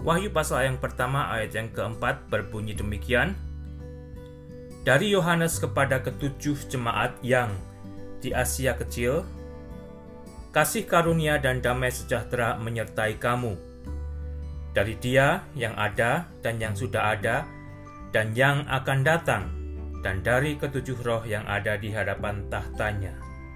Wahyu pasal yang pertama ayat yang keempat berbunyi demikian. Dari Yohanes kepada ketujuh jemaat yang di Asia Kecil, kasih karunia dan damai sejahtera menyertai kamu. Dari Dia yang ada dan yang sudah ada dan yang akan datang, dan dari ketujuh roh yang ada di hadapan tahtanya.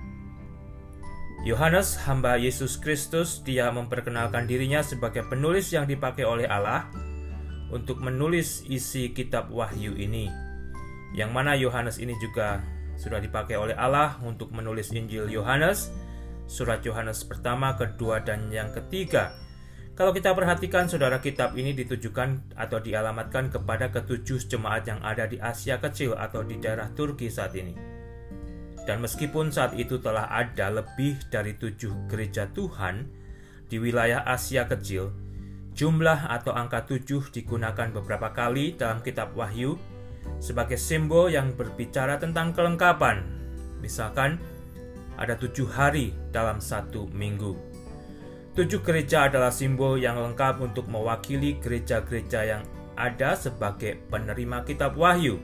Yohanes, hamba Yesus Kristus, dia memperkenalkan dirinya sebagai penulis yang dipakai oleh Allah untuk menulis isi kitab Wahyu ini, yang mana Yohanes ini juga sudah dipakai oleh Allah untuk menulis Injil Yohanes, surat Yohanes pertama, kedua, dan yang ketiga. Kalau kita perhatikan, saudara, kitab ini ditujukan atau dialamatkan kepada ketujuh jemaat yang ada di Asia Kecil atau di daerah Turki saat ini. Dan meskipun saat itu telah ada lebih dari 7 gereja Tuhan di wilayah Asia Kecil, jumlah atau angka 7 digunakan beberapa kali dalam kitab Wahyu sebagai simbol yang berbicara tentang kelengkapan. Misalkan, ada 7 hari dalam 1 minggu. 7 gereja adalah simbol yang lengkap untuk mewakili gereja-gereja yang ada sebagai penerima kitab Wahyu.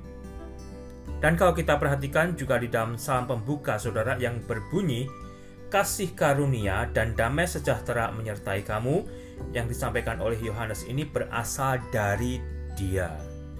Dan kalau kita perhatikan juga di dalam salam pembuka, saudara, yang berbunyi, kasih karunia dan damai sejahtera menyertai kamu, yang disampaikan oleh Yohanes ini berasal dari Dia.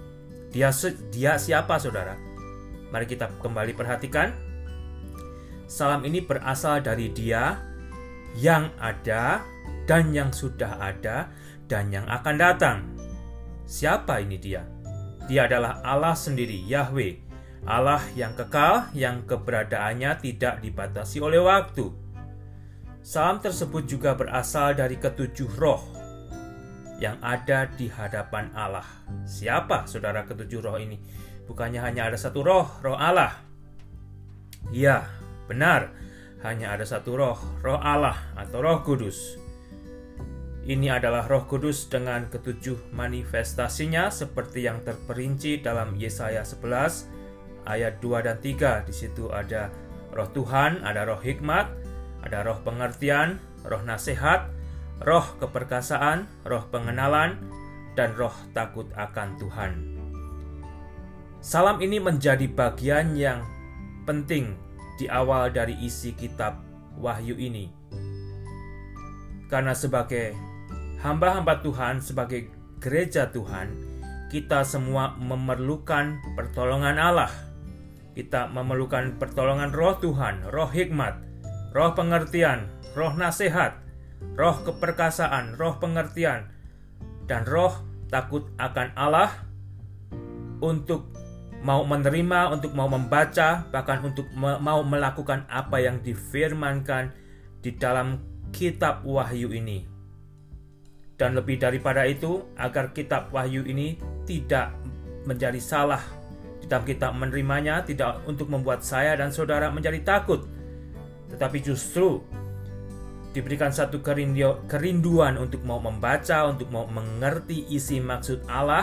Dia siapa, saudara? Mari kita kembali perhatikan. Salam ini berasal dari Dia yang ada dan yang sudah ada dan yang akan datang. Siapa ini Dia? Dia adalah Allah sendiri, Yahweh, Allah yang kekal, yang keberadaannya tidak dibatasi oleh waktu. Salam tersebut juga berasal dari ketujuh roh yang ada di hadapan Allah. Siapa, saudara, ketujuh roh ini? Bukannya hanya ada satu roh, roh Allah. Ya, benar, hanya ada satu roh, roh Allah atau Roh Kudus. Ini adalah Roh Kudus dengan ketujuh manifestasinya seperti yang terperinci dalam Yesaya 11 ayat 2 dan 3. Di situ ada roh Tuhan, ada roh hikmat, ada roh pengertian, roh nasihat, roh keperkasaan, roh pengenalan, dan roh takut akan Tuhan. Salam ini menjadi bagian yang penting di awal dari isi kitab Wahyu ini. Karena sebagai hamba-hamba Tuhan, sebagai gereja Tuhan, kita semua memerlukan pertolongan Allah. Kita memerlukan pertolongan roh Tuhan, roh hikmat, roh pengertian, roh nasihat, roh keperkasaan, roh pengertian, dan roh takut akan Allah untuk mau menerima, untuk mau membaca, bahkan untuk mau melakukan apa yang difirmankan di dalam kitab Wahyu ini. Dan lebih daripada itu, agar kitab Wahyu ini tidak menjadi salah di dalam kita menerimanya, tidak untuk membuat saya dan saudara menjadi takut, tetapi justru diberikan satu kerinduan untuk mau membaca, untuk mau mengerti isi maksud Allah,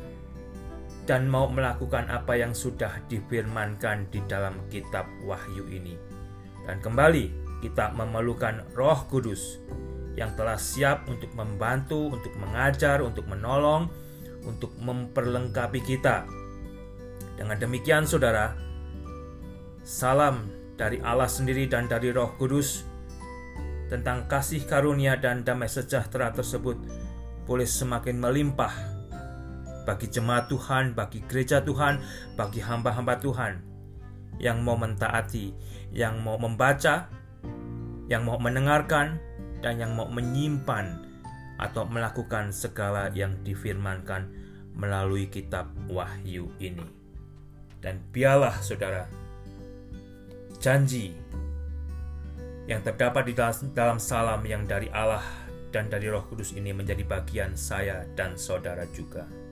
dan mau melakukan apa yang sudah difirmankan di dalam kitab Wahyu ini. Dan kembali, kita memerlukan Roh Kudus yang telah siap untuk membantu, untuk mengajar, untuk menolong, untuk memperlengkapi kita. Dengan demikian, saudara, salam dari Allah sendiri dan dari Roh Kudus tentang kasih karunia dan damai sejahtera tersebut boleh semakin melimpah bagi jemaat Tuhan, bagi gereja Tuhan, bagi hamba-hamba Tuhan yang mau mentaati, yang mau membaca, yang mau mendengarkan, dan yang mau menyimpan atau melakukan segala yang difirmankan melalui kitab Wahyu ini. Dan biarlah, saudara, janji yang terdapat di dalam salam yang dari Allah dan dari Roh Kudus ini menjadi bagian saya dan saudara juga.